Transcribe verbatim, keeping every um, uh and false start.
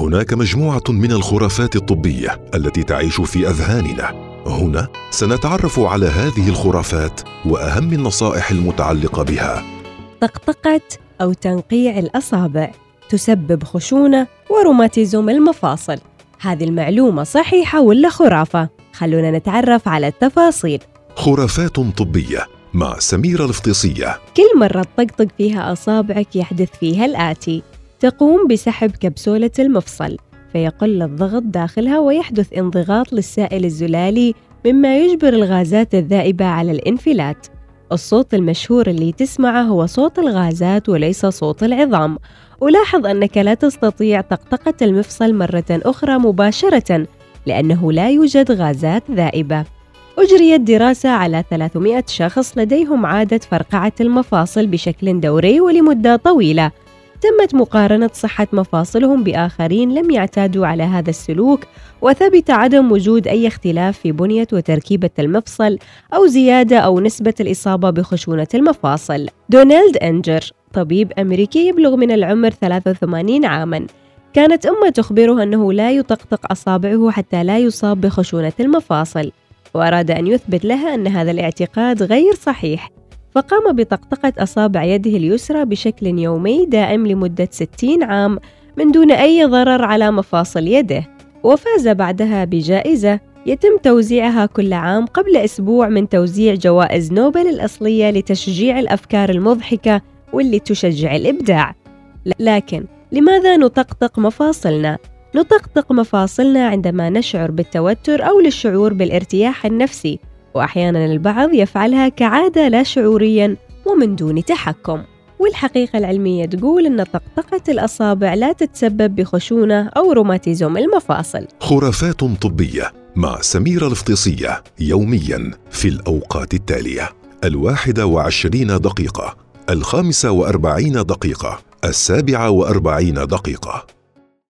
هناك مجموعة من الخرافات الطبية التي تعيش في أذهاننا. هنا سنتعرف على هذه الخرافات وأهم النصائح المتعلقة بها. طقطقة أو تنقيع الأصابع تسبب خشونة وروماتيزم المفاصل. هذه المعلومة صحيحة ولا خرافة؟ خلونا نتعرف على التفاصيل. خرافات طبية مع سميرة الفطيسية. كل مرة تطقطق فيها أصابعك يحدث فيها الآتي: تقوم بسحب كبسولة المفصل فيقل الضغط داخلها ويحدث انضغاط للسائل الزلالي مما يجبر الغازات الذائبة على الانفلات. الصوت المشهور اللي تسمعه هو صوت الغازات وليس صوت العظام. ولاحظ أنك لا تستطيع طقطقة المفصل مرة أخرى مباشرة لأنه لا يوجد غازات ذائبة. أجريت دراسة على ثلاثمائة شخص لديهم عادة فرقعة المفاصل بشكل دوري ولمدة طويلة. تمت مقارنة صحة مفاصلهم بآخرين لم يعتادوا على هذا السلوك، وثبت عدم وجود أي اختلاف في بنية وتركيبة المفصل أو زيادة أو نسبة الإصابة بخشونة المفاصل. دونالد أنجر طبيب أمريكي يبلغ من العمر ثلاثة وثمانين عاماً، كانت أمه تخبره أنه لا يطقطق أصابعه حتى لا يصاب بخشونة المفاصل، وأراد أن يثبت لها أن هذا الاعتقاد غير صحيح، فقام بطقطقة أصابع يده اليسرى بشكل يومي دائم لمدة ستين عام من دون أي ضرر على مفاصل يده، وفاز بعدها بجائزة يتم توزيعها كل عام قبل أسبوع من توزيع جوائز نوبل الأصلية لتشجيع الأفكار المضحكة واللي تشجع الإبداع. لكن لماذا نطقطق مفاصلنا؟ نطقطق مفاصلنا عندما نشعر بالتوتر أو للشعور بالارتياح النفسي، وأحياناً البعض يفعلها كعادة لا شعورياً ومن دون تحكم. والحقيقة العلمية تقول أن طقطقة الأصابع لا تتسبب بخشونة أو روماتيزم المفاصل. خرافات طبية مع سميرة الفطيسية يومياً في الأوقات التالية: الواحدة وعشرين دقيقة، الخامسة وأربعين دقيقة، السابعة وأربعين دقيقة.